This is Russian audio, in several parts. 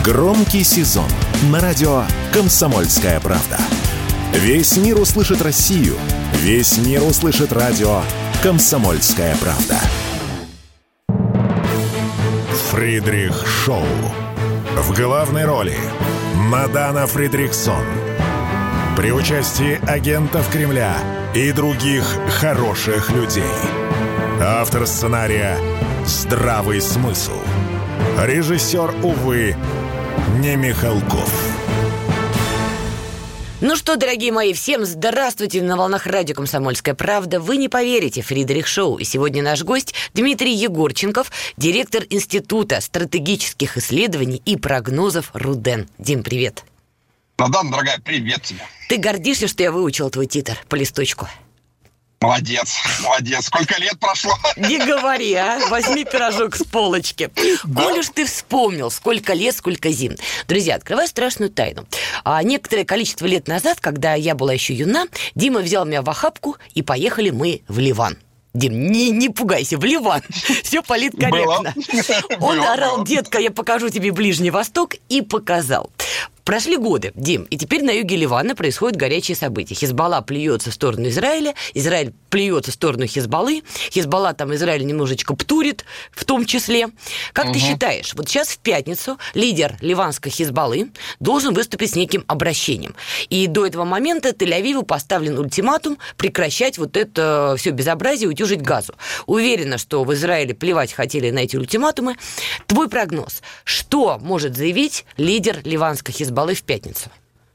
Громкий сезон на радио «Комсомольская правда». Весь мир услышит Россию. Весь мир услышит радио «Комсомольская правда». Фридрих Шоу. В главной роли Мадана Фридрихсон. При участии агентов Кремля и других хороших людей. Автор сценария «Здравый смысл». Режиссер, увы, не Михалков. Ну что, дорогие мои, всем здравствуйте на волнах радио «Комсомольская правда». Вы не поверите, Фридрих Шоу. И сегодня наш гость Дмитрий Егорченков, директор Института стратегических исследований и прогнозов РУДН. Дим, привет. Мадам, дорогая, привет тебе. Ты гордишься, что я выучил твой титр по листочку? Молодец, молодец. Сколько лет прошло? Не говори, а? Возьми пирожок с полочки. Да. Коль уж ты вспомнил, сколько лет, сколько зим. Друзья, открываю страшную тайну. Некоторое количество лет назад, когда я была еще юна, Дима взял меня в охапку, и поехали мы в Ливан. Дим, не пугайся, в Ливан. Все политкорректно. Он орал: детка, я покажу тебе Ближний Восток, и показал. Прошли годы, Дим, и теперь на юге Ливана происходят горячие события. Хизбалла плюется в сторону Израиля, Израиль плюется в сторону Хизбаллы, Хизбалла там Израиль немножечко птурит в том числе. Как ты считаешь, вот сейчас в пятницу лидер ливанской Хизбаллы должен выступить с неким обращением. И до этого момента Тель-Авиву поставлен ультиматум прекращать вот это все безобразие, утюжить Газу. Уверена, что в Израиле плевать хотели на эти ультиматумы. Твой прогноз, что может заявить лидер ливанской Хизбаллы в пятницу?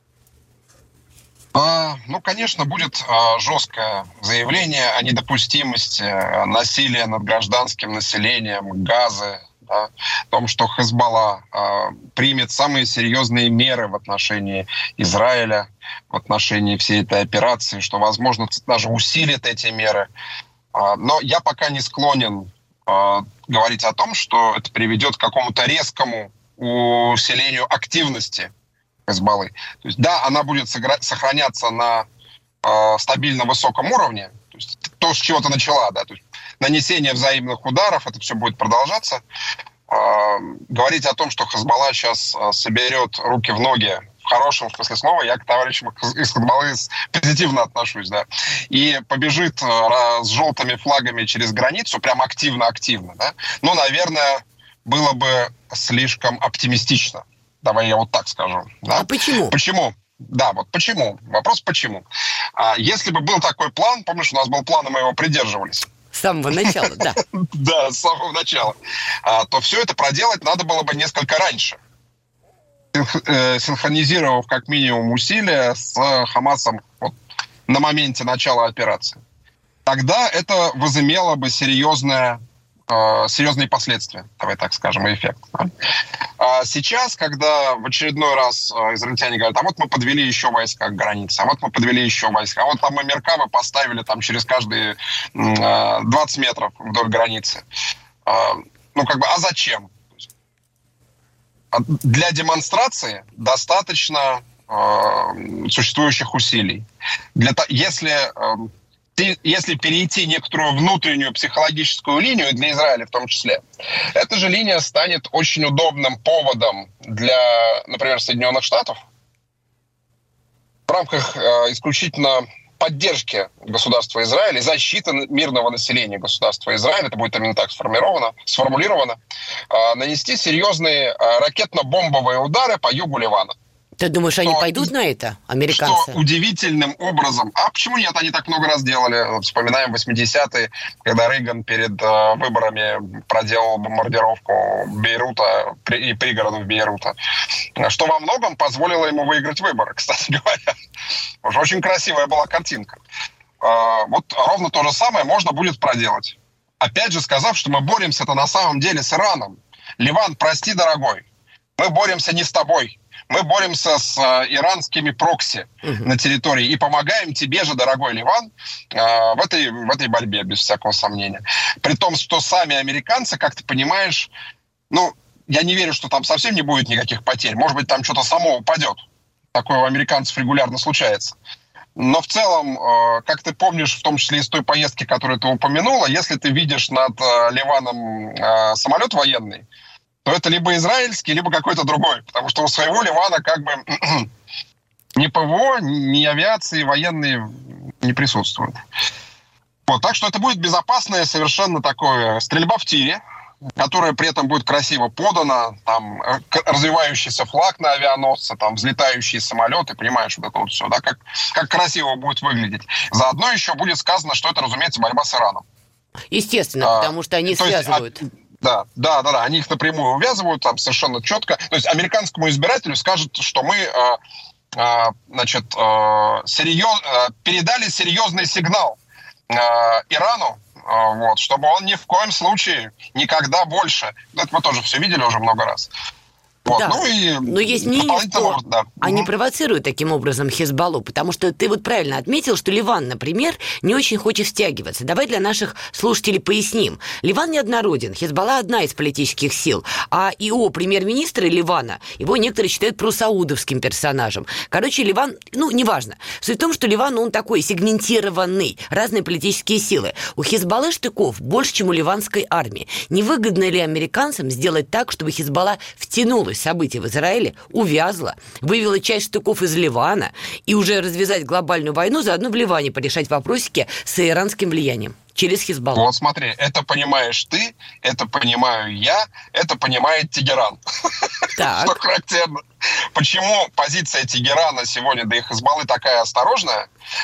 Конечно, будет жесткое заявление о недопустимости насилия над гражданским населением, Газы, да, о том, что Хизбалла примет самые серьезные меры в отношении Израиля, в отношении всей этой операции, что, возможно, даже усилит эти меры. Но я пока не склонен говорить о том, что это приведет к какому-то резкому усилению активности Хизбаллы. То есть, да, она будет сохраняться на стабильно высоком уровне, то есть то, с чего ты начала, да, то есть нанесение взаимных ударов, это все будет продолжаться. Говорить о том, что Хизбалла сейчас соберет руки в ноги, в хорошем смысле слова, я к товарищам из Хизбаллы позитивно отношусь, да, и побежит с желтыми флагами через границу, прям активно, да, ну, наверное, было бы слишком оптимистично. Давай я вот так скажу. Да? А почему? Почему? Да, вот почему. Вопрос почему. Если бы был такой план, помнишь, у нас был план, и мы его придерживались. С самого начала, да. Да, с самого начала. То все это проделать надо было бы несколько раньше. Синхронизировав как минимум усилия с Хамасом вот, на моменте начала операции. Тогда это возымело бы серьезные последствия, давай так скажем, и эффект. А сейчас, когда в очередной раз израильтяне говорят, а вот мы подвели еще войска к границе, а вот мы подвели еще войска, а вот там мы Меркавы поставили там через каждые 20 метров вдоль границы. А зачем? Для демонстрации достаточно существующих усилий. Если перейти некоторую внутреннюю психологическую линию, для Израиля в том числе, эта же линия станет очень удобным поводом для, например, Соединенных Штатов в рамках исключительно поддержки государства Израиль и защиты мирного населения государства Израиль, это будет именно так сформулировано, нанести серьезные ракетно-бомбовые удары по югу Ливана. Ты думаешь, они пойдут на это, американцы? Что удивительным образом... А почему нет? Они так много раз делали. Вспоминаем 80-е, когда Рейган перед выборами проделал бомбардировку Бейрута и пригородов Бейрута, что во многом позволило ему выиграть выборы, кстати говоря. Уже очень красивая была картинка. Вот ровно то же самое можно будет проделать. Опять же сказав, что мы боремся-то на самом деле с Ираном. Ливан, прости, дорогой, мы боремся не с тобой. Мы боремся с иранскими прокси на территории и помогаем тебе же, дорогой Ливан, в этой борьбе, без всякого сомнения. При том, что сами американцы, как ты понимаешь, я не верю, что там совсем не будет никаких потерь. Может быть, там что-то само упадет. Такое у американцев регулярно случается. Но в целом, как ты помнишь, в том числе из той поездки, которую ты упомянула, если ты видишь над Ливаном самолет военный, то это либо израильский, либо какой-то другой. Потому что у своего Ливана как бы ни ПВО, ни авиации военные не присутствуют. Вот, так что это будет безопасная совершенно такое стрельба в тире, которая при этом будет красиво подана, там развивающийся флаг на авианосце, там взлетающие самолеты, понимаешь, вот это вот все, да, как красиво будет выглядеть. Заодно еще будет сказано, что это, разумеется, борьба с Ираном. Естественно, потому что они связывают. Да, они их напрямую увязывают там совершенно четко. То есть американскому избирателю скажут, что мы передали серьезный сигнал Ирану, вот, чтобы он ни в коем случае никогда больше... Это мы тоже все видели уже много раз. Вот. Да, но есть мнение, что они провоцируют таким образом Хизбаллу, потому что ты вот правильно отметил, что Ливан, например, не очень хочет стягиваться. Давай для наших слушателей поясним. Ливан неоднороден, Хизбалла одна из политических сил, а ИО премьер-министра Ливана, его некоторые считают просаудовским персонажем. Короче, Ливан, неважно. Суть в том, что Ливан, он такой сегментированный, разные политические силы. У Хизбаллы штыков больше, чем у ливанской армии. Невыгодно ли американцам сделать так, чтобы Хизбалла втянулась в события в Израиле, увязла, вывела часть штыков из Ливана и уже развязать глобальную войну, заодно в Ливане порешать вопросики с иранским влиянием через Хизбаллу? Вот смотри, это понимаешь ты, это понимаю я, это понимает Тегеран. Что характерно. Почему позиция Тегерана сегодня, да и Хизбаллы такая осторожная?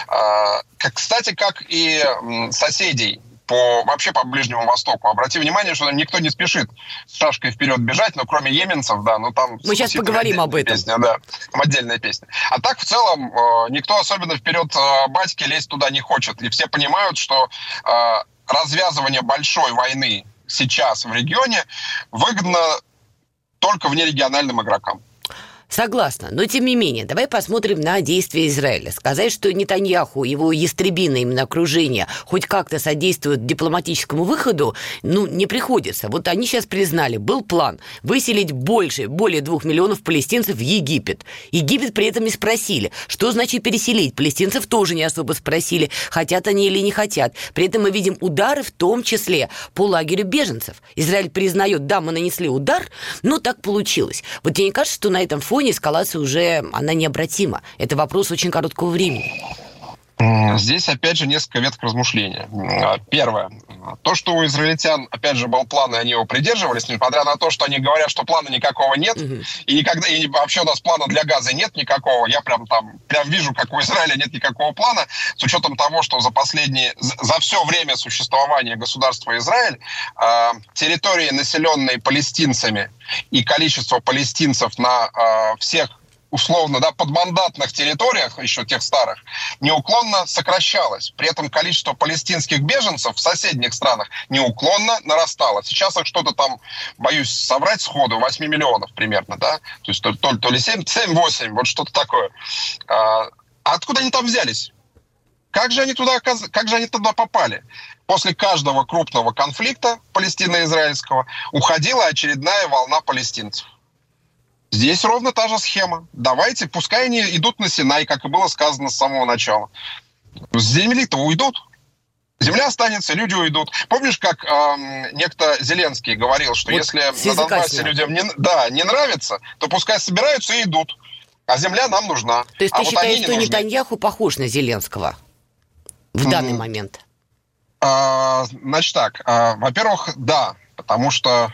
Кстати, как и соседей вообще по Ближнему Востоку. Обрати внимание, что никто не спешит с шашкой вперед бежать, там еменцев, там... Мы сейчас поговорим об этом. Песня, там отдельная песня. А так, в целом, никто особенно вперед батьки лезть туда не хочет. И все понимают, что развязывание большой войны сейчас в регионе выгодно только внерегиональным игрокам. Согласна, но тем не менее, давай посмотрим на действия Израиля. Сказать, что Нетаньяху, его ястребиное именно окружение хоть как-то содействует дипломатическому выходу, не приходится. Вот они сейчас признали, был план выселить более 2 миллионов палестинцев в Египет. Египет при этом и спросили, что значит переселить. Палестинцев тоже не особо спросили, хотят они или не хотят. При этом мы видим удары, в том числе по лагерю беженцев. Израиль признает, да, мы нанесли удар, но так получилось. Вот тебе не кажется, что на этом фоне эскалация уже, она необратима? Это вопрос очень короткого времени. Здесь, опять же, несколько веток размышления. Первое. То, что у израильтян, опять же, был план, и они его придерживались, несмотря на то, что они говорят, что плана никакого нет, и вообще у нас плана для Газы нет никакого. Я прям вижу, как у Израиля нет никакого плана, с учетом того, что за все время существования государства Израиль территории, населенные палестинцами, и количество палестинцев на всех условно, подмандатных территориях, еще тех старых, неуклонно сокращалось. При этом количество палестинских беженцев в соседних странах неуклонно нарастало. Сейчас их что-то там, боюсь соврать сходу, 8 миллионов примерно, да? То есть то ли 7-8, вот что-то такое. А откуда они там взялись? Как же они туда попали? После каждого крупного конфликта палестино-израильского уходила очередная волна палестинцев. Здесь ровно та же схема. Давайте, пускай они идут на Синай, как и было сказано с самого начала. С земли-то уйдут. Земля останется, люди уйдут. Помнишь, как некто Зеленский говорил, что вот если на Донбассе людям не нравится, то пускай собираются и идут. А земля нам нужна. То есть ты считаешь, что Нетаньяху похож на Зеленского в данный момент? Значит так. Во-первых, да. Потому что...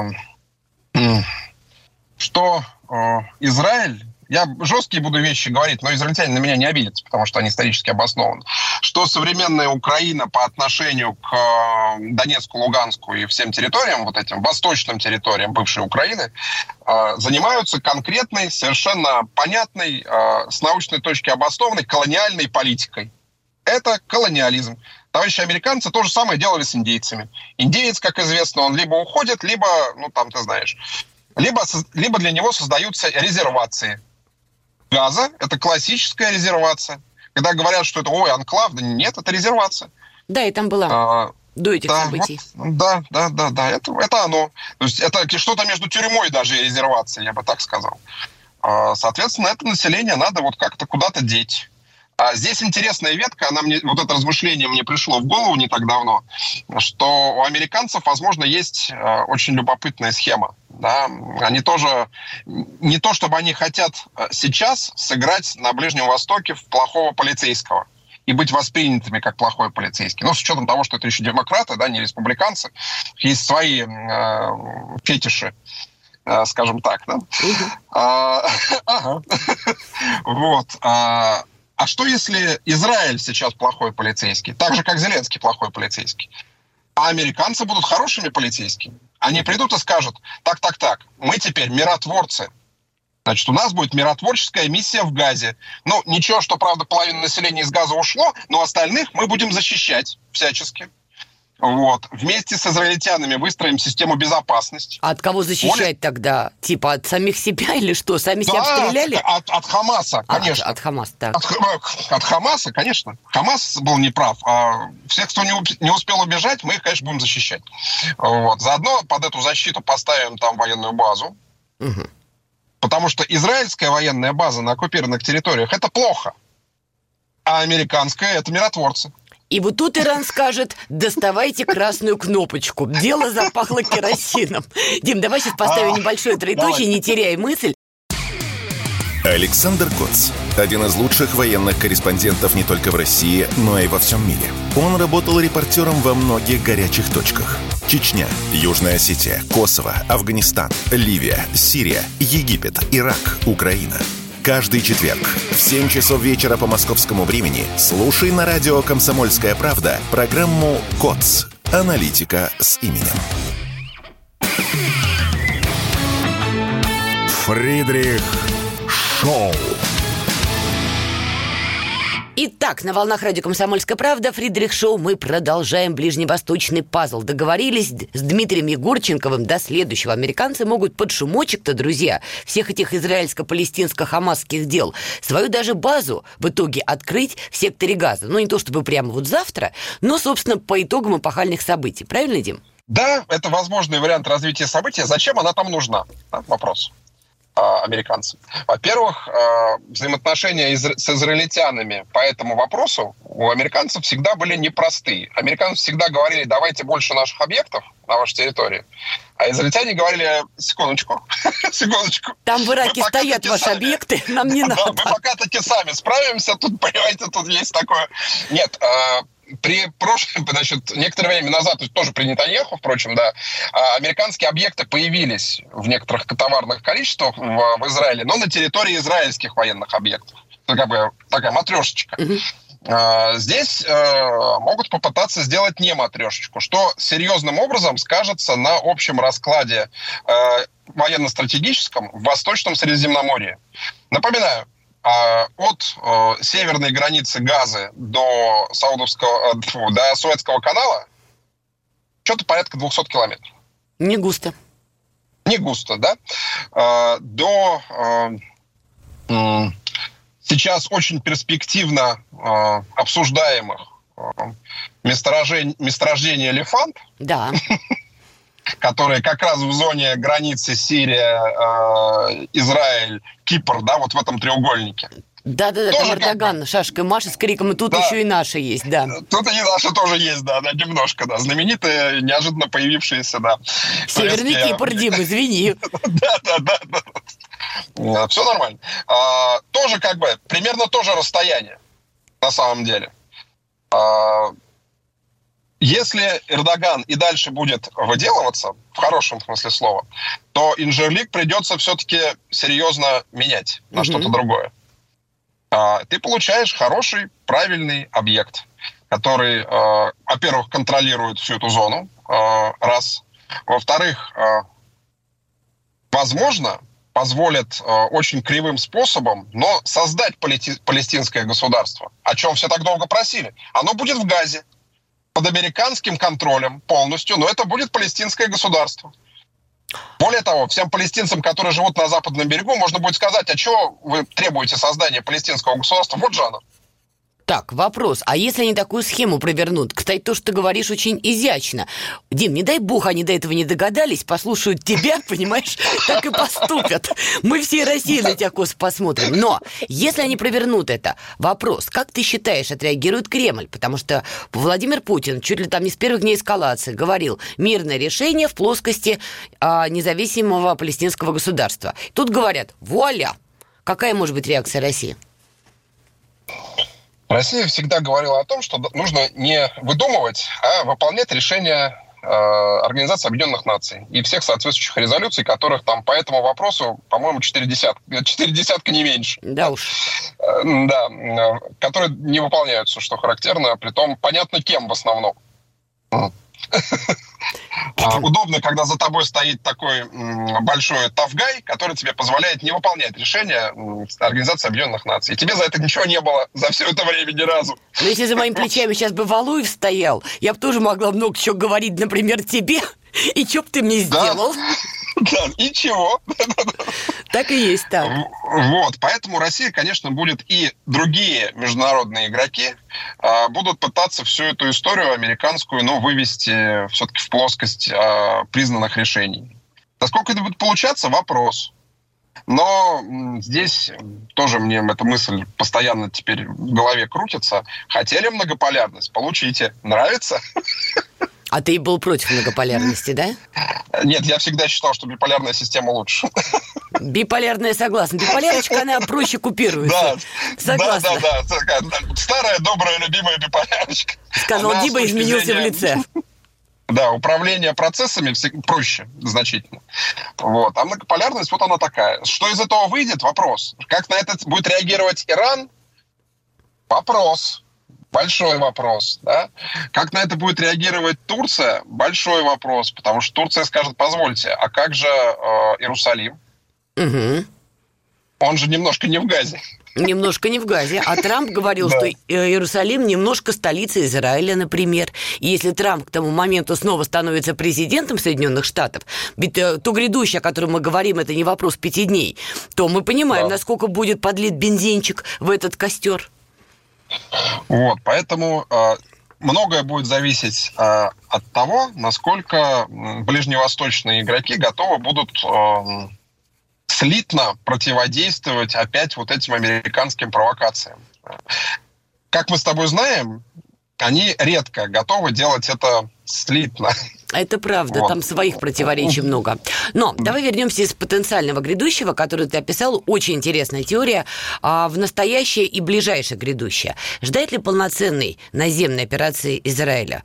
Израиль, я жесткие буду вещи говорить, но израильтяне на меня не обидятся, потому что они исторически обоснованы, что современная Украина по отношению к Донецку, Луганску и всем территориям, вот этим восточным территориям бывшей Украины, занимаются конкретной, совершенно понятной, с научной точки обоснованной колониальной политикой. Это колониализм. Товарищи американцы то же самое делали с индейцами. Индеец, как известно, он либо уходит, либо, ты знаешь... Либо для него создаются резервации. Газа – это классическая резервация. Когда говорят, что это, анклав, да нет, это резервация. Да, и там была до этих событий. Да, это оно. То есть это что-то между тюрьмой даже и резервацией, я бы так сказал. Соответственно, это население надо вот как-то куда-то деть. Здесь интересная ветка, вот это размышление мне пришло в голову не так давно, что у американцев, возможно, есть очень любопытная схема. Да? Они тоже, не то чтобы они хотят сейчас сыграть на Ближнем Востоке в плохого полицейского и быть воспринятыми как плохой полицейский. Ну, с учетом того, что это еще демократы, да, не республиканцы, есть свои фетиши, скажем так. Да? Вот. А что, если Израиль сейчас плохой полицейский, так же, как Зеленский плохой полицейский, а американцы будут хорошими полицейскими? Они придут и скажут, так, мы теперь миротворцы. Значит, у нас будет миротворческая миссия в Газе. Ну, ничего, что, правда, половина населения из Газа ушло, но остальных мы будем защищать всячески. Вот. Вместе с израильтянами выстроим систему безопасности. А от кого защищать тогда? Типа от самих себя или что? Сами себя обстреляли? От Хамаса, конечно. От Хамаса, так. От Хамаса, конечно. Хамас был неправ. А всех, кто не успел убежать, мы их, конечно, будем защищать. Вот. Заодно под эту защиту поставим там военную базу. Угу. Потому что израильская военная база на оккупированных территориях – это плохо. А американская – это миротворцы. И вот тут Иран скажет, доставайте красную кнопочку. Дело запахло керосином. Дим, давай сейчас поставим небольшое троеточие, не теряй мысль. Александр Коц. Один из лучших военных корреспондентов не только в России, но и во всем мире. Он работал репортером во многих горячих точках. Чечня, Южная Осетия, Косово, Афганистан, Ливия, Сирия, Египет, Ирак, Украина. Каждый четверг в 7 часов вечера по московскому времени слушай на радио «Комсомольская правда» программу «КОЦ. Аналитика с именем». Фридрих Шоу. Итак, на волнах радио «Комсомольская правда» Фридрих Шоу мы продолжаем ближневосточный пазл. Договорились с Дмитрием Егорченковым до следующего. Американцы могут под шумочек-то, друзья, всех этих израильско-палестинско-хамасских дел свою даже базу в итоге открыть в секторе Газа. Ну, не то чтобы прямо вот завтра, но, собственно, по итогам эпохальных событий. Правильно, Дим? Да, это возможный вариант развития событий. Зачем она там нужна? Вопрос. Американцам. Во-первых, взаимоотношения с израильтянами по этому вопросу у американцев всегда были непростые. Американцы всегда говорили, давайте больше наших объектов на вашей территории. А израильтяне говорили, секундочку. Там в Ираке стоят ваши объекты, нам не надо. Да, мы пока таки сами справимся, тут, понимаете, тут есть такое... Нет, при прошлом, значит, некоторое время назад, тоже при Нетаньяху, впрочем, да, американские объекты появились в некоторых товарных количествах в Израиле, но на территории израильских военных объектов. Это как бы такая матрешечка. Здесь могут попытаться сделать не матрешечку, что серьезным образом скажется на общем раскладе военно-стратегическом в Восточном Средиземноморье. Напоминаю, от северной границы Газы до Суэцкого канала что-то порядка 200 километров. Не густо. Не густо, да? До сейчас очень перспективно обсуждаемых месторождения Лефант. Да. Которые как раз в зоне границы Сирия, Израиль, Кипр, да, вот в этом треугольнике. Да-да-да, там Эрдоган шашкой машет с криком, и тут еще и наши есть, да. Тут и наши тоже есть, да, немножко, да. Знаменитые, неожиданно появившиеся, да. Северный Кипр, Дим, извини. Да. Все нормально. Тоже как бы, примерно то же расстояние, на самом деле. Если Эрдоган и дальше будет выделываться, в хорошем смысле слова, то Инжерлик придется все-таки серьезно менять на что-то другое. Ты получаешь хороший, правильный объект, который, во-первых, контролирует всю эту зону, раз. Во-вторых, возможно, позволит очень кривым способом, но создать палестинское государство, о чем все так долго просили. Оно будет в Газе, под американским контролем полностью, но это будет палестинское государство. Более того, всем палестинцам, которые живут на западном берегу, можно будет сказать, а чего вы требуете создания палестинского государства? Вот же оно. Так, вопрос. А если они такую схему провернут? Кстати, то, что ты говоришь, очень изящно. Дим, не дай бог, они до этого не догадались, послушают тебя, понимаешь, так и поступят. Мы всей Россией на тебя косо посмотрим. Но если они провернут это, вопрос, как ты считаешь, отреагирует Кремль? Потому что Владимир Путин чуть ли там не с первых дней эскалации говорил: мирное решение в плоскости независимого палестинского государства. Тут говорят: вуаля! Какая может быть реакция России? Россия всегда говорила о том, что нужно не выдумывать, а выполнять решения Организации Объединенных Наций и всех соответствующих резолюций, которых там по этому вопросу, по-моему, 4 десятка не меньше. Да уж. Да, которые не выполняются, что характерно, притом понятно кем в основном. Удобно, когда за тобой стоит такой большой тавгай, который тебе позволяет не выполнять решения Организации Объединенных Наций. И тебе за это ничего не было за все это время ни разу. Но если за моими плечами сейчас бы Валуев стоял, я бы тоже могла много чего говорить, например, тебе, и что бы ты мне сделал? Да, и чего? Так и есть, так. Вот, поэтому Россия, конечно, будет, и другие международные игроки будут пытаться всю эту историю американскую, вывести все-таки в плоскость признанных решений. Насколько это будет получаться, вопрос. Но здесь тоже мне эта мысль постоянно теперь в голове крутится. Хотели многополярность? Получите. Нравится? А ты был против многополярности, да? Нет, я всегда считал, что биполярная система лучше. Биполярная, согласна. Биполярочка, она проще купируется. Да, согласна. Да. Старая, добрая, любимая биполярочка. Сказал Дима, изменился в лице. Да, управление процессами проще значительно. Вот. А многополярность, вот она такая. Что из этого выйдет? Вопрос. Как на это будет реагировать Иран? Вопрос. Большой вопрос, да? Как на это будет реагировать Турция? Большой вопрос, потому что Турция скажет: позвольте, а как же Иерусалим? Угу. Он же немножко не в Газе. Немножко не в Газе. А Трамп говорил, что Иерусалим немножко столица Израиля, например. И если Трамп к тому моменту снова становится президентом Соединенных Штатов, ведь то грядущее, о котором мы говорим, это не вопрос 5 дней, то мы понимаем, насколько будет подлит бензинчик в этот костер. Вот, поэтому многое будет зависеть от того, насколько ближневосточные игроки готовы будут слитно противодействовать опять вот этим американским провокациям. Как мы с тобой знаем, они редко готовы делать это слитно. Это правда, вот. Там своих противоречий много. Но давай вернемся из потенциального грядущего, который ты описал. Очень интересная теория. В настоящее и ближайшее грядущее. Ждать ли полноценной наземной операции Израиля?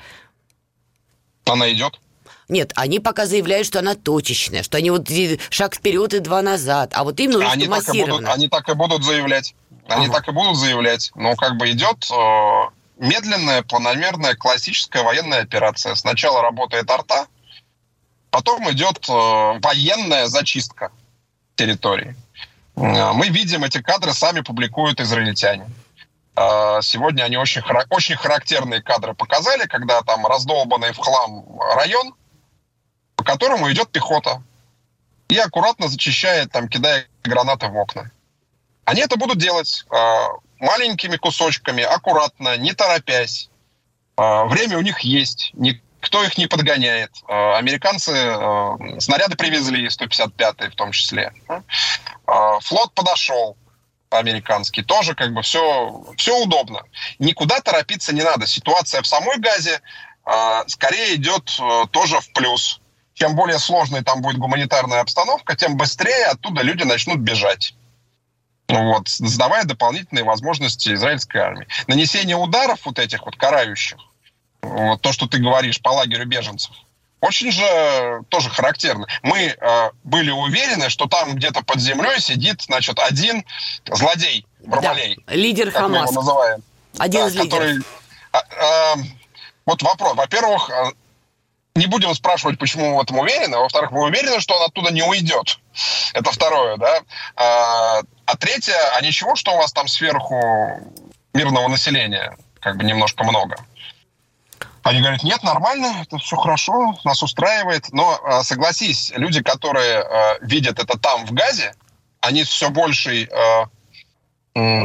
Она идет. Нет, они пока заявляют, что она точечная, что они вот шаг вперед и 2 назад, а вот им нужно массированно. Они так и будут заявлять. Но как бы идет медленная, планомерная, классическая военная операция. Сначала работает арта, потом идет военная зачистка территории. Мы видим эти кадры, сами публикуют израильтяне. Сегодня они очень характерные кадры показали, когда там раздолбанный в хлам район, по которому идет пехота. И аккуратно зачищает, там, кидая гранаты в окна. Они это будут делать маленькими кусочками, аккуратно, не торопясь. Время у них есть, никто их не подгоняет. Американцы снаряды привезли, 155-й в том числе. Флот подошел, американский, тоже как бы все удобно. Никуда торопиться не надо. Ситуация в самой Газе скорее идет тоже в плюс. Чем более сложной там будет гуманитарная обстановка, тем быстрее оттуда люди начнут бежать. Вот, создавая дополнительные возможности израильской армии. Нанесение ударов вот этих вот карающих, вот то, что ты говоришь по лагерю беженцев, очень же тоже характерно. Мы были уверены, что там где-то под землей сидит, значит, один злодей, Бармалей. Да, лидер как Хамас. Мы его называем. Один из лидеров. Вот вопрос. Во-первых, не будем спрашивать, почему мы в этом уверены. Во-вторых, мы уверены, что он оттуда не уйдет. Это второе, да. А третье, а ничего, что у вас там сверху мирного населения как бы немножко много? Они говорят: нет, нормально, это все хорошо, нас устраивает. Но согласись, люди, которые видят это там, в Газе, они с все большей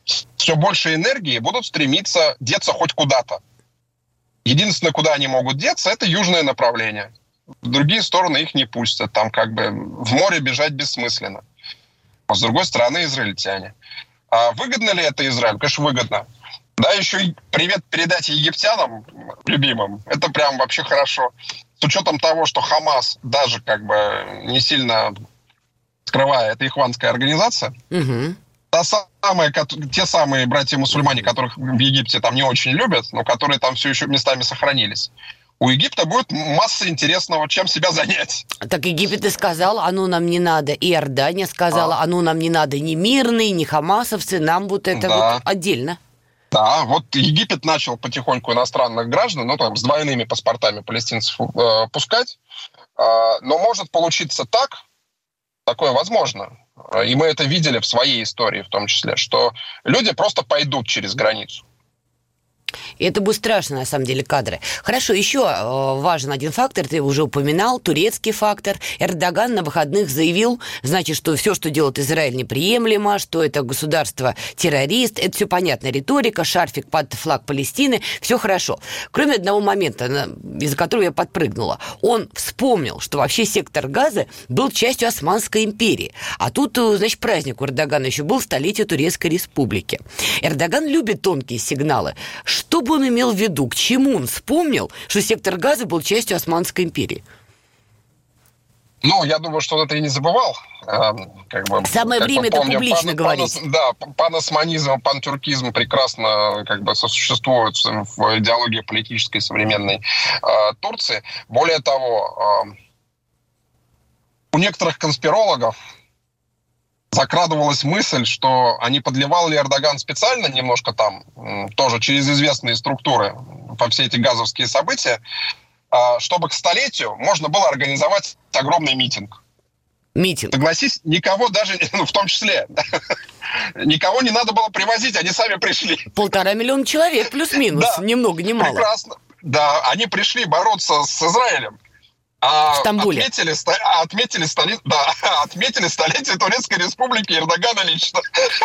все больше энергии будут стремиться деться хоть куда-то. Единственное, куда они могут деться, это южное направление. В другие стороны их не пустят. Там как бы в море бежать бессмысленно. А с другой стороны, израильтяне. А выгодно ли это Израилю? Конечно, выгодно. Да, еще и привет передать египтянам, любимым. Это прям вообще хорошо. С учетом того, что Хамас даже как бы не сильно скрывая, это ихванская организация. Угу. Те самые братья-мусульмане, которых в Египте там не очень любят, но которые там все еще местами сохранились. У Египта будет масса интересного, чем себя занять. Так Египет и сказал, оно нам не надо. И Иордания сказала, оно нам не надо ни мирные, ни хамасовцы, нам вот это вот отдельно. Да, вот Египет начал потихоньку иностранных граждан, ну там с двойными паспортами палестинцев пускать. Но может получиться так, такое возможно. И мы это видели в своей истории в том числе, что люди просто пойдут через границу. И это будет страшно, на самом деле, кадры. Хорошо, еще важен один фактор, ты его уже упоминал, турецкий фактор. Эрдоган на выходных заявил, значит, что все, что делает Израиль, неприемлемо, что это государство-террорист. Это все понятно, риторика, шарфик под флаг Палестины, все хорошо. Кроме одного момента, из-за которого я подпрыгнула. Он вспомнил, что вообще сектор Газа был частью Османской империи. А тут, значит, праздник у Эрдогана еще был, столетие Турецкой республики. Эрдоган любит тонкие сигналы. Что бы он имел в виду? К чему он вспомнил, что сектор Газа был частью Османской империи? Ну, я думаю, что он это и не забывал. Самое время это публично говорить. Паносманизм, пантюркизм прекрасно сосуществуют в идеологии политической современной Турции. Более того, у некоторых конспирологов закрадывалась мысль, что а не подливал ли Эрдоган специально немножко там, тоже через известные структуры, по все эти газовские события, чтобы к столетию можно было организовать огромный митинг. Митинг. Согласись, никого даже, в том числе, никого не надо было привозить, они сами пришли. 1,5 миллиона человек, плюс-минус, ни много ни мало. Прекрасно. Да, они пришли бороться с Израилем. Отметили столетие Турецкой республики Эрдогана лично.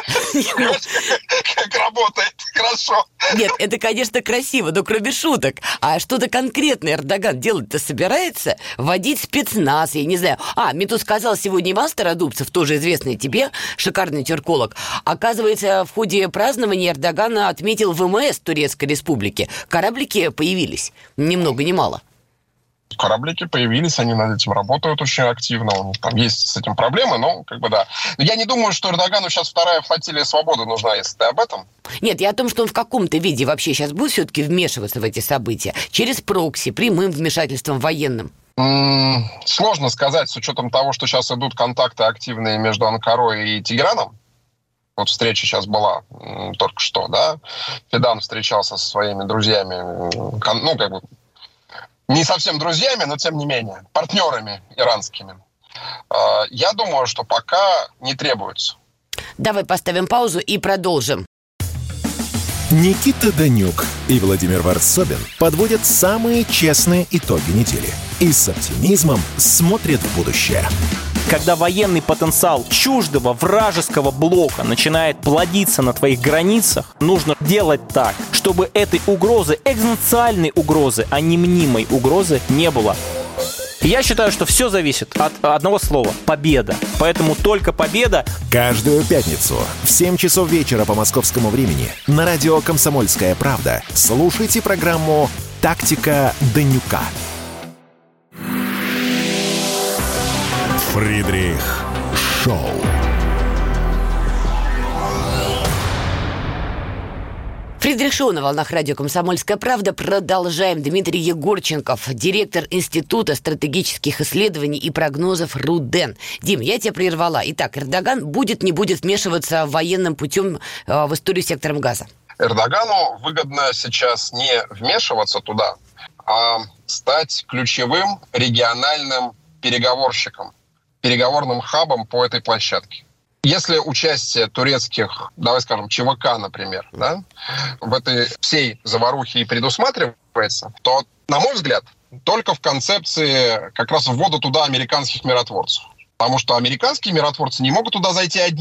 Как работает. Хорошо. Нет, это, конечно, красиво, но кроме шуток. А что-то конкретное Эрдоган делать-то собирается? Вводить спецназ, я не знаю. Мне тут сказал сегодня Иван Стародубцев, тоже известный тебе, шикарный тюрколог. Оказывается, в ходе празднования Эрдоган отметил ВМС Турецкой республики. Кораблики появились. Ни много ни мало. Кораблики появились, они над этим работают очень активно. Там есть с этим проблемы, но да. Но я не думаю, что Эрдогану сейчас вторая флотилия свободы нужна, если ты об этом. Нет, я о том, что он в каком-то виде вообще сейчас будет все-таки вмешиваться в эти события. Через прокси, прямым вмешательством военным. Сложно сказать, с учетом того, что сейчас идут контакты активные между Анкарой и Тегераном. Вот встреча сейчас была только что, да. Фидан встречался со своими друзьями, не совсем друзьями, но тем не менее, партнерами иранскими. Я думаю, что пока не требуется. Давай поставим паузу и продолжим. Никита Данюк и Владимир Варсобин подводят самые честные итоги недели и с оптимизмом смотрят в будущее. Когда военный потенциал чуждого вражеского блока начинает плодиться на твоих границах, нужно делать так, чтобы этой угрозы, экзистенциальной угрозы, а не мнимой угрозы не было. Я считаю, что все зависит от одного слова – победа. Поэтому только победа. Каждую пятницу в 7 часов вечера по московскому времени на радио «Комсомольская правда» слушайте программу «Тактика Данюка». Фридрих Шоу. Фридрих Шоу на волнах радио «Комсомольская правда». Продолжаем. Дмитрий Егорченков, директор Института стратегических исследований и прогнозов РУДЕН. Дим, я тебя прервала. Итак, Эрдоган будет, не будет вмешиваться военным путем в историю с сектором Газа? Эрдогану выгодно сейчас не вмешиваться туда, а стать ключевым региональным переговорщиком, переговорным хабом по этой площадке. Если участие турецких, давай скажем, ЧВК, например, да, в этой всей заварухе и предусматривается, то, на мой взгляд, только в концепции как раз ввода туда американских миротворцев. Потому что американские миротворцы не могут туда зайти одни.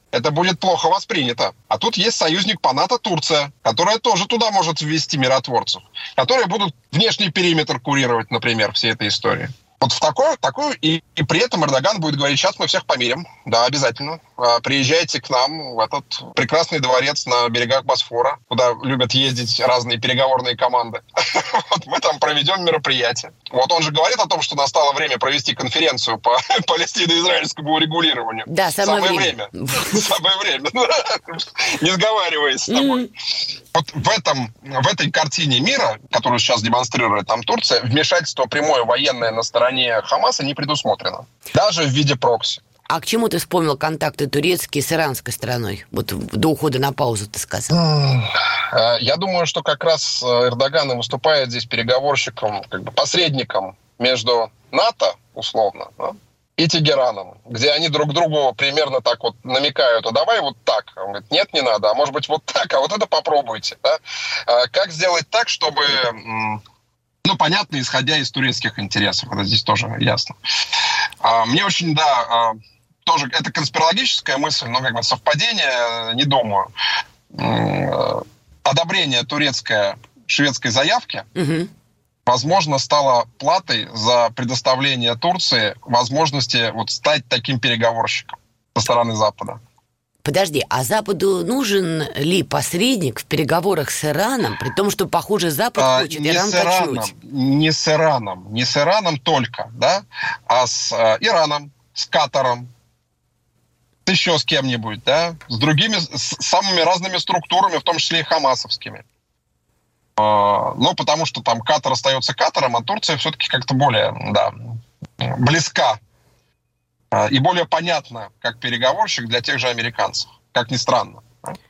это будет плохо воспринято. А тут есть союзник по НАТО Турция, которая тоже туда может ввести миротворцев, которые будут внешний периметр курировать, например, всей этой истории. Вот в такую и при этом Эрдоган будет говорить: сейчас мы всех помирим. Да, обязательно. Приезжайте к нам в этот прекрасный дворец на берегах Босфора, куда любят ездить разные переговорные команды. Вот мы там проведем мероприятие. Вот он же говорит о том, что настало время провести конференцию по палестино-израильскому урегулированию. Да, самое время. Самое время. Не сговариваясь с тобой. Вот в этой картине мира, которую сейчас демонстрирует там Турция, вмешательство прямое военное на стороне Хамаса не предусмотрено. Даже в виде прокси. А к чему ты вспомнил контакты турецкие с иранской стороной? Вот до ухода на паузу ты сказал. Я думаю, что как раз Эрдоган и выступает здесь переговорщиком, как бы посредником между НАТО, условно, да, и Тегераном, где они друг другу примерно так вот намекают: а давай вот так. Он говорит: нет, не надо, а может быть вот так, а вот это попробуйте. Да? Как сделать так, чтобы... Ну, понятно, исходя из турецких интересов. Это здесь тоже ясно. Мне очень, тоже это конспирологическая мысль, но как бы совпадение, не думаю. Одобрение турецкой шведской заявки, возможно, стало платой за предоставление Турции возможности вот стать таким переговорщиком со стороны Запада. Подожди, а Западу нужен ли посредник в переговорах с Ираном, при том, что, похоже, Запад хочет Иран качнуть? Не с Ираном только, да, а с Ираном, с Катаром, еще с кем-нибудь, да, с другими, с самыми разными структурами, в том числе и хамасовскими. Ну, потому что там Катар остается Катаром, а Турция все-таки как-то более, близка и более понятна как переговорщик для тех же американцев, как ни странно.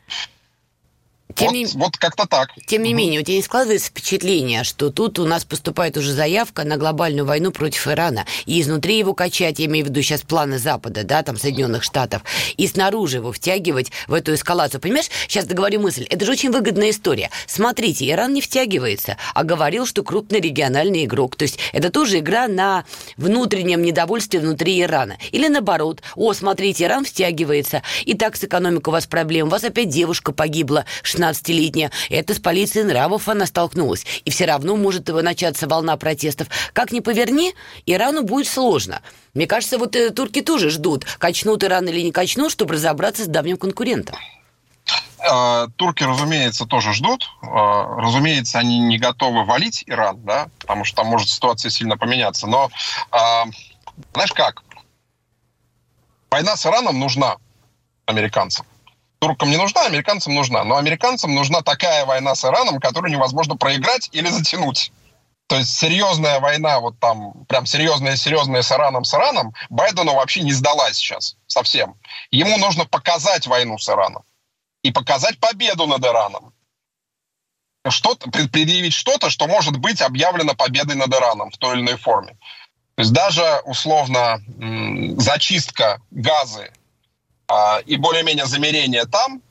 Вот как-то так. Тем не менее, у тебя не складывается впечатление, что тут у нас поступает уже заявка на глобальную войну против Ирана, и изнутри его качать, я имею в виду сейчас планы Запада, да, там Соединенных Штатов, и снаружи его втягивать в эту эскалацию. Понимаешь, сейчас договорю мысль, это же очень выгодная история. Смотрите, Иран не втягивается, а говорил, что крупный региональный игрок. То есть это тоже игра на внутреннем недовольстве внутри Ирана. Или наоборот, смотрите, Иран втягивается, и так с экономикой у вас проблем, у вас опять девушка погибла, 16-летняя, это с полицией нравов она столкнулась. И все равно может начаться волна протестов. Как ни поверни, Ирану будет сложно. Мне кажется, вот турки тоже ждут, качнут Иран или не качнут, чтобы разобраться с давним конкурентом. Турки, разумеется, тоже ждут. Разумеется, они не готовы валить Иран, да, потому что там может ситуация сильно поменяться. Но, знаешь как, война с Ираном нужна американцам. Туркам не нужна, американцам нужна. Но американцам нужна такая война с Ираном, которую невозможно проиграть или затянуть. То есть серьезная война, вот там, прям серьезная с Ираном, Байдену вообще не сдалась сейчас совсем. Ему нужно показать войну с Ираном и показать победу над Ираном. Предъявить что-то, что может быть объявлено победой над Ираном в той или иной форме. То есть даже, условно, зачистка Газы и более-менее замерение там,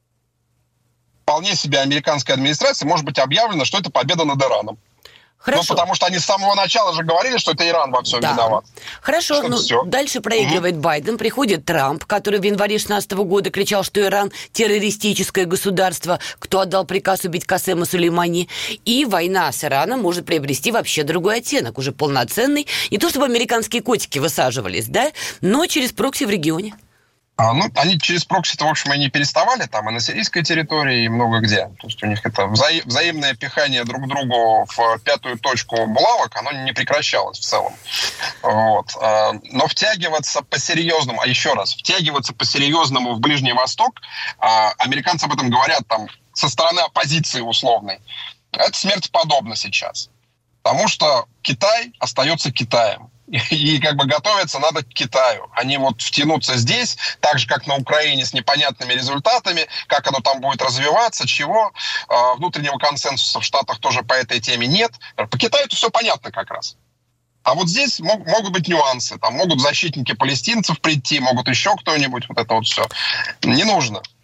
вполне себе американской администрации может быть объявлено, что это победа надИраном. Хорошо. Ну, потому что они с самого начала же говорили, что это Иран во всем виноват. Хорошо, дальше проигрывает Байден, приходит Трамп, который в январе 2016 года кричал, что Иран террористическое государство, кто отдал приказ убить Касема Сулеймани, и война с Ираном может приобрести вообще другой оттенок, уже полноценный, не то чтобы американские котики высаживались, да, но через прокси в регионе. Они через прокси-то, в общем, и не переставали, там и на сирийской территории, и много где. То есть у них это взаимное пихание друг другу в пятую точку булавок, оно не прекращалось в целом. Вот. Но втягиваться по-серьезному, втягиваться по-серьезному в Ближний Восток, американцы об этом говорят там со стороны оппозиции условной, это смерти подобно сейчас. Потому что Китай остается Китаем. И как бы готовиться надо к Китаю. Они вот втянутся здесь, так же, как на Украине, с непонятными результатами, как оно там будет развиваться, чего. Внутреннего консенсуса в Штатах тоже по этой теме нет. По Китаю это все понятно как раз. А вот здесь могут быть нюансы. Там могут защитники палестинцев прийти, могут еще кто-нибудь. Вот это вот все. Не нужно.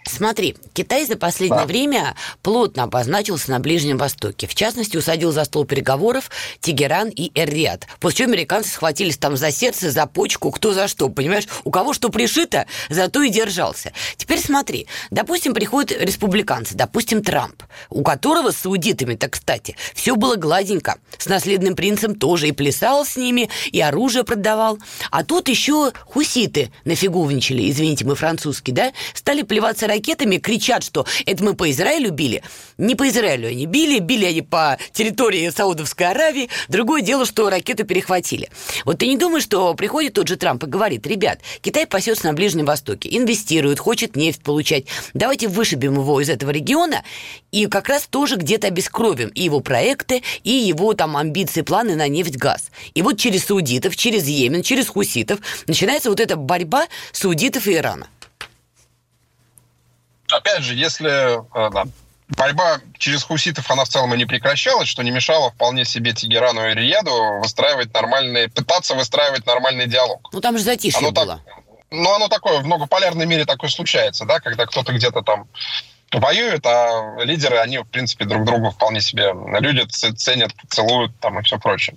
Смотри, Китай за последнее время плотно обозначился на Ближнем Востоке. В частности, усадил за стол переговоров Тегеран и Эр-Рияд. После чего американцы схватились там за сердце, за почку, кто за что, понимаешь? У кого что пришито, зато и держался. Теперь смотри, допустим, приходят республиканцы, допустим, Трамп, у которого с саудитами-то, кстати, все было гладенько. С наследным принцем тоже и плясал с ними, и оружие продавал. А тут еще хуситы нафиговничали, извините, мы французские, да? Стали плеваться ракетами, кричат, что это мы по Израилю били. Не по Израилю они били они по территории Саудовской Аравии. Другое дело, что ракету перехватили. Вот ты не думаешь, что приходит тот же Трамп и говорит: ребят, Китай пасется на Ближнем Востоке, инвестирует, хочет нефть получать. Давайте вышибем его из этого региона и как раз тоже где-то обескровим и его проекты, и его там амбиции, планы на нефть, газ. И вот через саудитов, через Йемен, через хуситов начинается вот эта борьба саудитов и Ирана. Опять же, если борьба через хуситов, она в целом и не прекращалась, что не мешало вполне себе Тегерану и Рияду пытаться выстраивать нормальный диалог. Ну, там же затишье было. Оно такое, в многополярном мире такое случается, да, когда кто-то где-то там воюет, а лидеры, они, в принципе, друг друга вполне себе любят, ценят, целуют там и все прочее.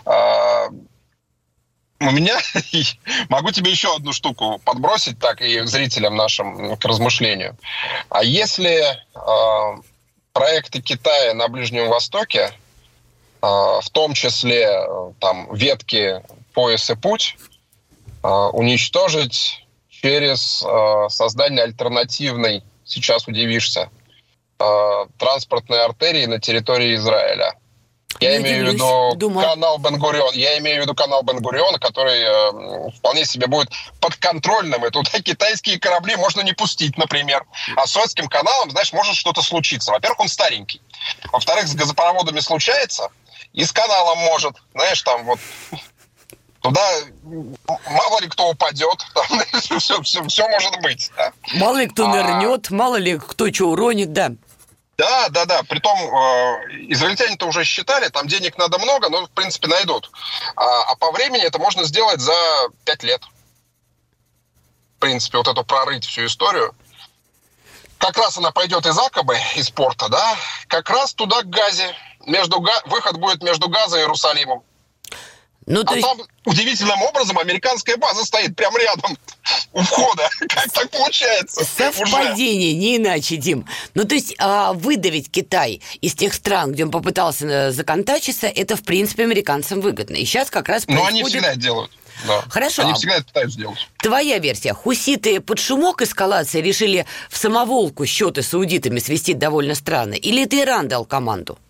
У меня, могу тебе еще одну штуку подбросить, так и зрителям нашим к размышлению. А если проекты Китая на Ближнем Востоке, в том числе там ветки «Пояс и путь», уничтожить через создание альтернативной, сейчас удивишься, транспортной артерии на территории Израиля. Я имею в виду канал Бен-Гурион, который вполне себе будет подконтрольным. И туда китайские корабли можно не пустить, например. А с Суэцким каналом, знаешь, может что-то случиться. Во-первых, он старенький. Во-вторых, с газопроводами случается. И с каналом может. Знаешь, там вот... Туда мало ли кто упадет, все может быть. Да. Мало ли кто нырнет, мало ли кто что уронит, да. Да. Притом израильтяне-то уже считали, там денег надо много, но, в принципе, найдут. А по времени это можно сделать за 5 лет. В принципе, вот эту прорыть всю историю. Как раз она пойдет из Акабы, из порта, да, как раз туда к Газе. Выход будет между Газой и Иерусалимом. Ну, то есть... там удивительным образом американская база стоит прямо рядом у входа. Как так получается? Совпадение, не иначе, Дим. Ну, то есть выдавить Китай из тех стран, где он попытался законтачиться, это, в принципе, американцам выгодно. И сейчас как раз происходит... Но они всегда это делают. Да. Хорошо. Они всегда это пытаются делать. Твоя версия. Хуситы под шумок эскалации решили в самоволку счеты с саудитами свести довольно странно? Или это Иран дал команду?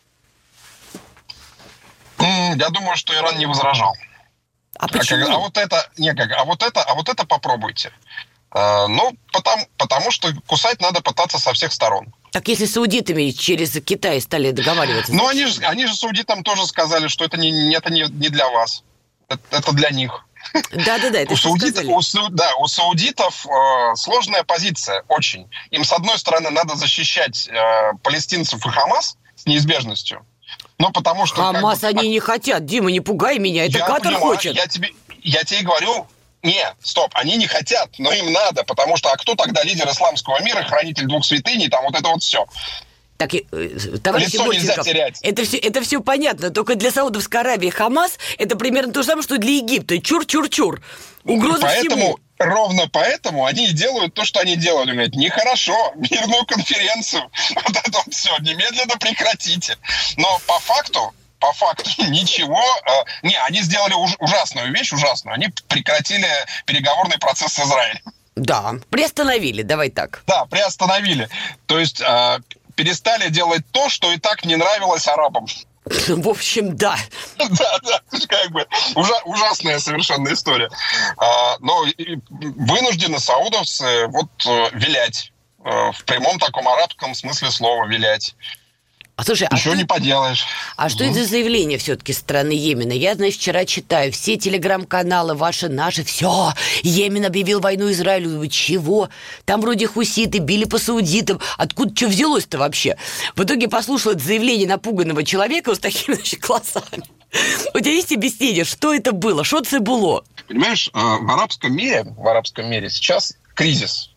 Я думаю, что Иран не возражал. А почему? А вот это попробуйте. Потому что кусать надо пытаться со всех сторон. Так если с саудитами через Китай стали договариваться... Ну, они же саудитам тоже сказали, что это не для вас. Это для них. Да, это у саудитов сложная позиция, очень. Им, с одной стороны, надо защищать палестинцев и Хамас с неизбежностью. Но потому что... Хамас они не хотят. Дима, не пугай меня. Это Катар хочет. Я тебе говорю... Нет, стоп, они не хотят, но им надо, потому что, а кто тогда лидер исламского мира, хранитель двух святыней, там вот это вот все. Так, товарищ лицо нельзя терять. Это все понятно, только для Саудовской Аравии Хамас это примерно то же самое, что для Египта. Чур-чур-чур. Угроза всему. Ровно поэтому они делают то, что они делали. Говорят, нехорошо, мирную конференцию, вот это вот все, немедленно прекратите. Но по факту ничего. Они сделали ужасную вещь. Они прекратили переговорный процесс с Израилем. Да, приостановили, давай так. Да, приостановили. То есть перестали делать то, что и так не нравилось арабам. В общем, да. Да, как бы ужасная совершенно история. Но вынуждены саудовцы вилять. В прямом таком арабском смысле слова вилять. Слушай, ничего не поделаешь. А что это за заявление все-таки страны Йемена? Я, вчера читаю все телеграм-каналы ваши, наши, все, Йемен объявил войну Израилю. Вы чего? Там вроде хуситы били по саудитам. Откуда что взялось-то вообще? В итоге послушала это заявление напуганного человека с такими, глазами. У тебя есть объяснение, что это было? Что это было? Понимаешь, в арабском мире сейчас кризис.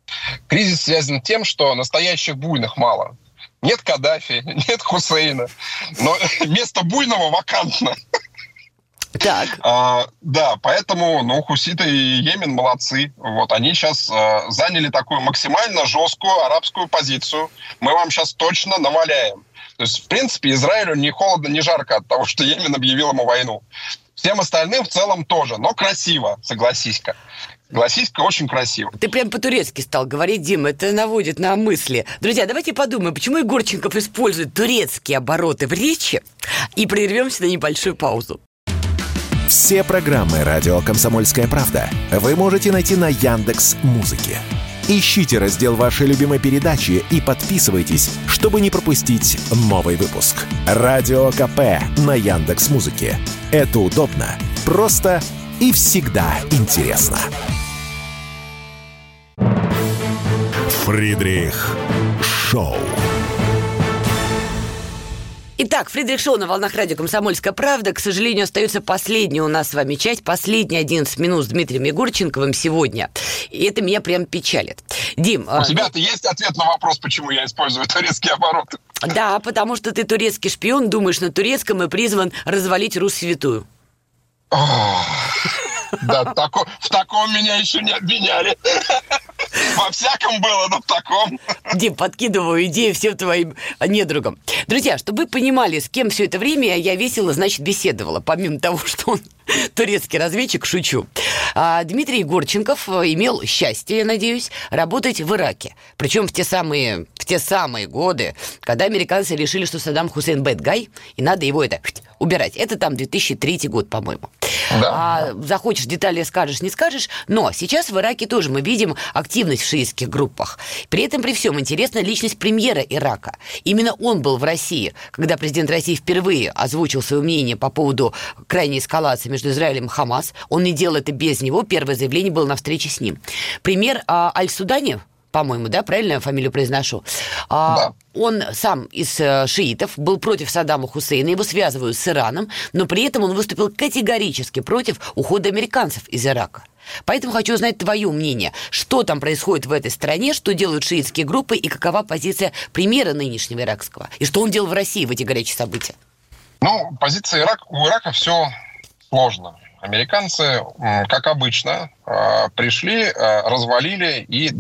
Кризис связан с тем, что настоящих буйных мало. Нет Каддафи, нет Хусейна, но место буйного вакантно. Так. Да, поэтому, хуситы и Йемен молодцы. Вот, они сейчас заняли такую максимально жесткую арабскую позицию. Мы вам сейчас точно наваляем. То есть, в принципе, Израилю ни холодно, ни жарко от того, что Йемен объявил ему войну. Всем остальным в целом тоже, но красиво, согласись-ка. Согласись-ка, очень красиво. Ты прям по-турецки стал говорить, Дима, это наводит на мысли. Друзья, давайте подумаем, почему Егорченков использует турецкие обороты в речи, и прервемся на небольшую паузу. Все программы «Радио Комсомольская правда» вы можете найти на Яндекс.Музыке. Ищите раздел вашей любимой передачи и подписывайтесь, чтобы не пропустить новый выпуск. Радио КП на Яндекс.Музыке. Это удобно, просто и всегда интересно. Фридрих Шоу. Итак, Фридрих Шоу на волнах радио «Комсомольская правда». К сожалению, остается последняя у нас с вами часть, последние 11 минут с Дмитрием Егорченковым сегодня. И это меня прям печалит. Дим... У тебя-то есть ответ на вопрос, почему я использую турецкие обороты? Да, потому что ты турецкий шпион, думаешь на турецком и призван развалить Русь святую. Да, в таком меня еще не обвиняли. Во всяком было, но в таком. Дим, подкидываю идею всем твоим недругам. Друзья, чтобы вы понимали, с кем все это время я весело, значит, беседовала. Помимо того, что он турецкий разведчик, шучу. Дмитрий Егорченков имел счастье, я надеюсь, работать в Ираке. Причем в те самые годы, когда американцы решили, что Саддам Хусейн bad guy, и надо его убирать. Это там 2003 год, по-моему. Да. Захочешь, детали скажешь, не скажешь. Но сейчас в Ираке тоже мы видим активность в шиитских группах. При этом, при всем, интересна личность премьера Ирака. Именно он был в России, когда президент России впервые озвучил свое мнение по поводу крайней эскалации между Израилем и Хамас. Он не делал это без него. Первое заявление было на встрече с ним. Премьер Аль-Судани, по-моему, да, правильно я фамилию произношу? Да. Он сам из шиитов, был против Саддама Хусейна, его связывают с Ираном, но при этом он выступил категорически против ухода американцев из Ирака. Поэтому хочу узнать твое мнение. Что там происходит в этой стране, что делают шиитские группы и какова позиция премьера нынешнего иракского? И что он делал в России в эти горячие события? Позиция у Ирака все сложно. Американцы, как обычно, пришли, развалили и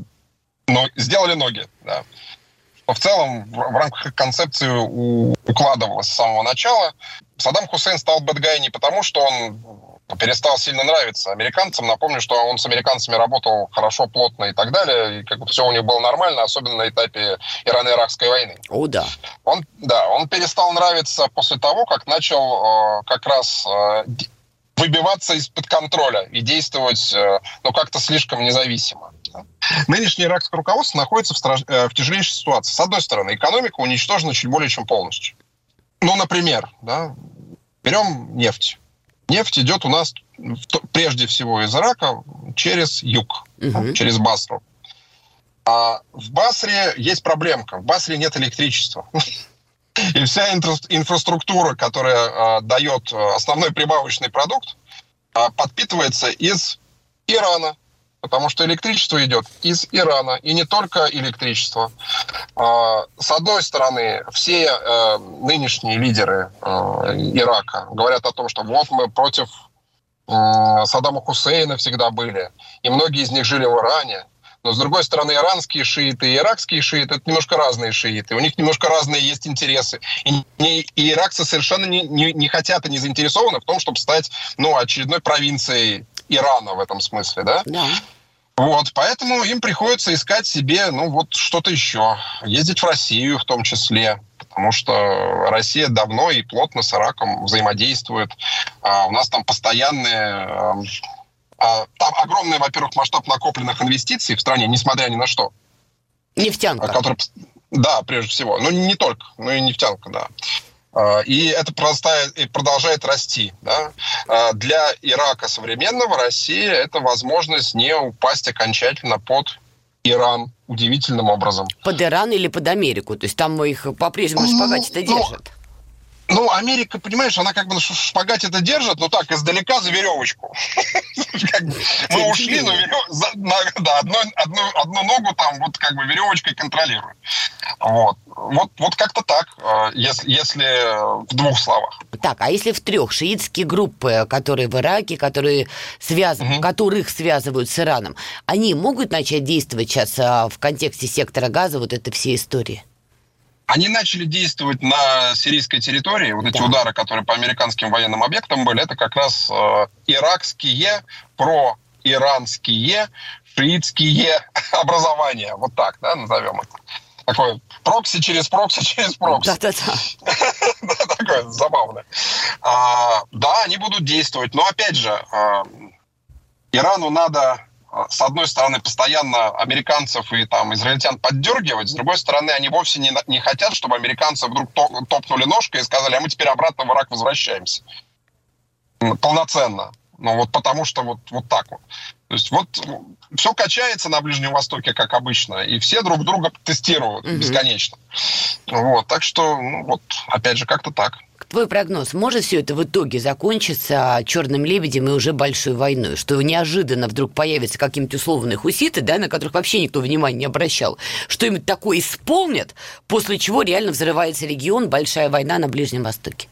сделали ноги. Да. В целом, в рамках их концепции укладывалось с самого начала. Саддам Хусейн стал бэдгай не потому, что он перестал сильно нравиться американцам. Напомню, что он с американцами работал хорошо, плотно и так далее. И все у них было нормально, особенно на этапе Ирано-Иракской войны. О, да. Он перестал нравиться после того, как начал как раз выбиваться из-под контроля и действовать как-то слишком независимо. Нынешнее иракское руководство находится в тяжелейшей ситуации. С одной стороны, экономика уничтожена чуть более чем полностью. Например, берем нефть. Нефть идет у нас прежде всего из Ирака через юг, через Басру. А в Басре есть проблемка. В Басре нет электричества. И вся инфраструктура, которая дает основной прибавочный продукт, подпитывается из Ирана. Потому что электричество идет из Ирана, и не только электричество. С одной стороны, все нынешние лидеры Ирака говорят о том, что вот мы против Саддама Хусейна всегда были, и многие из них жили в Иране. Но, с другой стороны, иранские шииты и иракские шииты – это немножко разные шииты. У них немножко разные есть интересы. И иракцы совершенно не хотят и не заинтересованы в том, чтобы стать очередной провинцией Ирана в этом смысле, да? Да. Поэтому им приходится искать себе, что-то еще. Ездить в Россию в том числе, потому что Россия давно и плотно с Ираком взаимодействует. У нас там постоянные... Там огромный, во-первых, масштаб накопленных инвестиций в стране, несмотря ни на что. Нефтянка. Да, прежде всего. Не только, но и нефтянка, да. И это продолжает расти. Да? Для Ирака современного Россия – это возможность не упасть окончательно под Иран удивительным образом. Под Иран или под Америку? То есть там их по-прежнему в шпагате-то держат? Ну, Америка, понимаешь, она как бы на шпагате это держит, но так, издалека за веревочку. Мы ушли, но одну ногу там вот как бы веревочкой контролируем. Вот как-то так, если в двух словах. Так, а если в трех? Шиитские группы, которые в Ираке, которых связывают с Ираном, они могут начать действовать сейчас в контексте сектора Газа, вот этой всей истории? Они начали действовать на сирийской территории. Вот эти удары, которые по американским военным объектам были, это как раз иракские, проиранские, шиитские образования. Вот так, да, назовем это. Такое прокси через прокси через прокси. Да-да-да. Такое забавное. Да, они будут действовать. Но опять же, Ирану надо... с одной стороны, постоянно американцев и там израильтян поддергивать, с другой стороны, они вовсе не хотят, чтобы американцы вдруг топнули ножкой и сказали, а мы теперь обратно в Ирак возвращаемся. Полноценно. Ну вот потому что вот так вот. То есть вот все качается на Ближнем Востоке, как обычно, и все друг друга тестируют бесконечно. Вот, так что, вот, опять же, как-то так. Твой прогноз, может все это в итоге закончиться черным лебедем и уже большой войной? Что неожиданно вдруг появятся какие-нибудь условные хуситы, да, на которых вообще никто внимания не обращал, что-нибудь такое исполнят, после чего реально взрывается регион, большая война на Ближнем Востоке?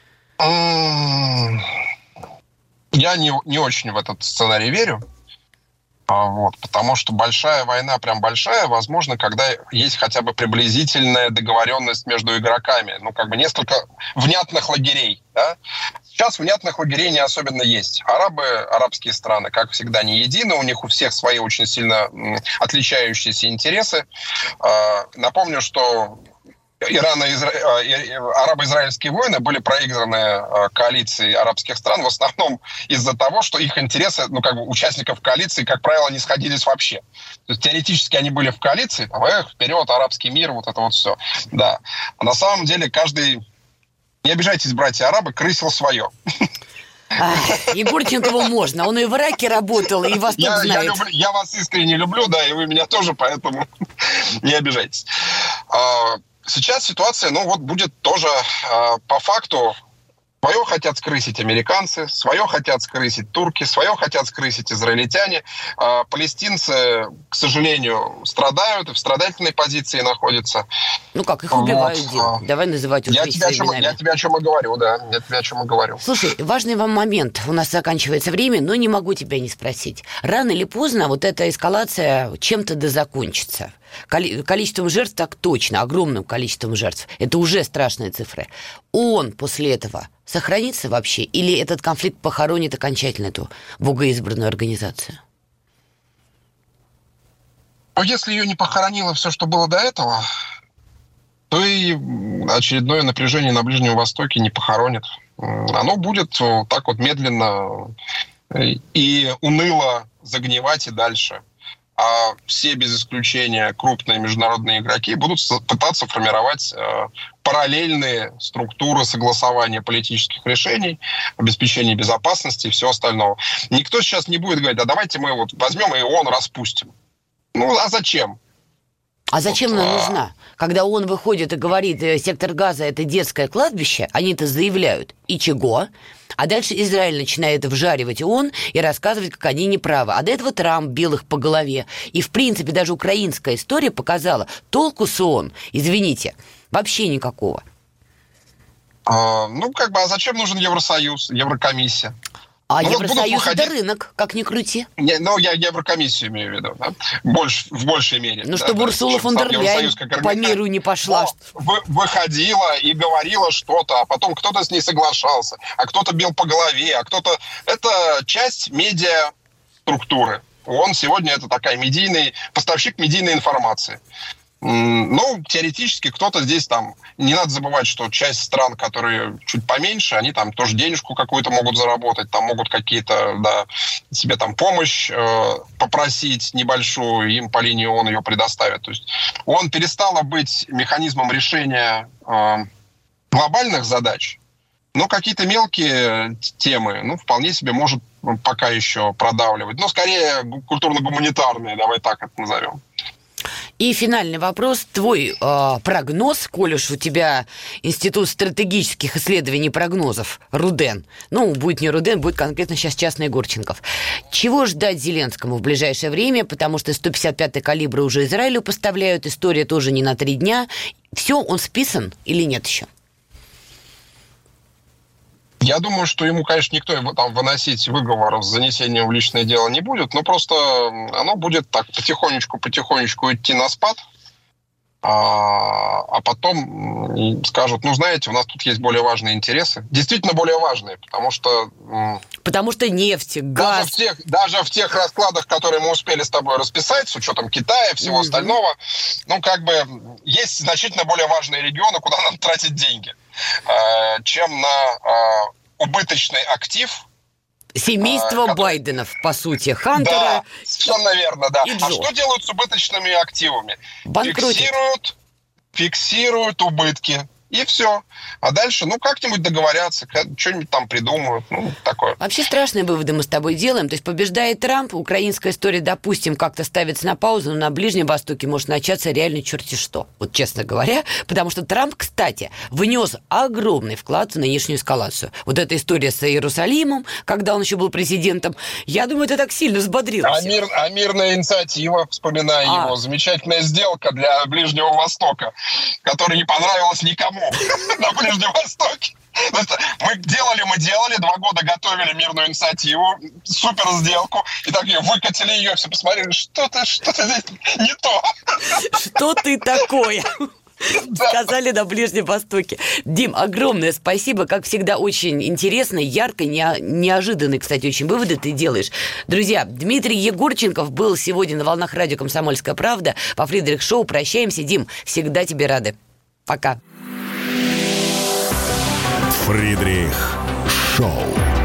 Я не очень в этот сценарий верю. Вот, потому что большая война, прям большая, возможно, когда есть хотя бы приблизительная договоренность между игроками. Ну, как бы несколько внятных лагерей. Да? Сейчас внятных лагерей не особенно есть. Арабские страны, как всегда, не едины. У них у всех свои очень сильно отличающиеся интересы. Напомню, что арабо-израильские войны были проиграны коалицией арабских стран в основном из-за того, что их интересы, ну, как бы, участников коалиции, как правило, не сходились вообще. То есть теоретически они были в коалиции, вперед, арабский мир, вот это вот все. Да. А на самом деле каждый, не обижайтесь, братья арабы, крысил свое. Егорченкову можно, он и в Ираке работал, и вас тут знает. Я вас искренне люблю, да, и вы меня тоже, поэтому не обижайтесь. Сейчас ситуация, будет тоже по факту. Свое хотят скрысить американцы, свое хотят скрысить турки, свое хотят скрысить израильтяне. Палестинцы, к сожалению, страдают и в страдательной позиции находятся. Ну как, их убивают, Дим. Давай называть уже своими именами. Я тебе о чем и говорю, да. Я тебе о чем и говорю. Слушай, важный вам момент. У нас заканчивается время, но не могу тебя не спросить. Рано или поздно вот эта эскалация чем-то закончится. Количеством жертв так точно, огромным количеством жертв. Это уже страшные цифры. ООН после этого сохранится вообще? Или этот конфликт похоронит окончательно эту богоизбранную организацию? Если ее не похоронило все, что было до этого, то и очередное напряжение на Ближнем Востоке не похоронит. Оно будет так вот медленно и уныло загнивать и дальше. А все, без исключения, крупные международные игроки будут пытаться формировать параллельные структуры согласования политических решений, обеспечения безопасности и всего остального. Никто сейчас не будет говорить, давайте мы возьмем и ООН распустим. А зачем? А зачем она нужна? Когда он выходит и говорит, сектор Газа – это детское кладбище, они это заявляют. И чего? А дальше Израиль начинает вжаривать ООН и рассказывать, как они неправы. А до этого Трамп бил их по голове. И, в принципе, даже украинская история показала, толку с ООН, извините, вообще никакого. А зачем нужен Евросоюз, Еврокомиссия? А Евросоюз – это рынок, как ни крути. Я Еврокомиссию имею в виду, да? В большей мере. Чтобы Урсула фон дер Ляйен по миру не пошла. Выходила и говорила что-то, а потом кто-то с ней соглашался, а кто-то бил по голове, а кто-то... Это часть медиа-структуры. Он сегодня это такая поставщик медийной информации. Теоретически кто-то здесь там... Не надо забывать, что часть стран, которые чуть поменьше, они там тоже денежку какую-то могут заработать, там могут какие-то, себе там помощь попросить небольшую, им по линии ООН ее предоставят. То есть ООН перестала быть механизмом решения глобальных задач, но какие-то мелкие темы, вполне себе может пока еще продавливать. Скорее культурно-гуманитарные, давай так это назовем. И финальный вопрос. Твой прогноз, коль уж у тебя Институт стратегических исследований прогнозов, РУДЕН. Ну, будет не РУДЕН, будет конкретно сейчас частный Гурченков. Чего ждать Зеленскому в ближайшее время? Потому что 155-й калибры уже Израилю поставляют. История тоже не на 3 дня. Все, он списан или нет еще? Я думаю, что ему, конечно, никто там выносить выговор с занесением в личное дело не будет, но просто оно будет так потихонечку идти на спад, а потом скажут, ну, знаете, у нас тут есть более важные интересы. Действительно более важные, потому что... Потому что нефть, газ... Даже в тех раскладах, которые мы успели с тобой расписать, с учетом Китая и всего остального, ну, как бы, есть значительно более важные регионы, куда надо тратить деньги, чем на убыточный актив. Семейство Байденов, по сути, Хантера. Да, совершенно верно, да. А что делают с убыточными активами? Банкротят. Фиксируют убытки. И все. А дальше, ну, как-нибудь договорятся, что-нибудь там придумают. Ну, такое. Вообще страшные выводы мы с тобой делаем. То есть побеждает Трамп, украинская история, допустим, как-то ставится на паузу, но на Ближнем Востоке может начаться реально черти что. Вот честно говоря. Потому что Трамп, кстати, внес огромный вклад в нынешнюю эскалацию. Вот эта история с Иерусалимом, когда он еще был президентом, я думаю, это так сильно взбодрило всех. А мирная инициатива, вспоминая его, замечательная сделка для Ближнего Востока, которая не понравилась никому на Ближнем Востоке. Мы делали, 2 года готовили мирную инициативу, супер сделку, и так выкатили ее, все посмотрели, что-то здесь не то. Что ты такое? Сказали на Ближнем Востоке. Дим, огромное спасибо. Как всегда, очень интересно, ярко, неожиданные, кстати, очень выводы ты делаешь. Друзья, Дмитрий Егорченков был сегодня на волнах радио «Комсомольская правда» по Фридрих-шоу. Прощаемся. Дим, всегда тебе рады. Пока. Фридрих Шоу.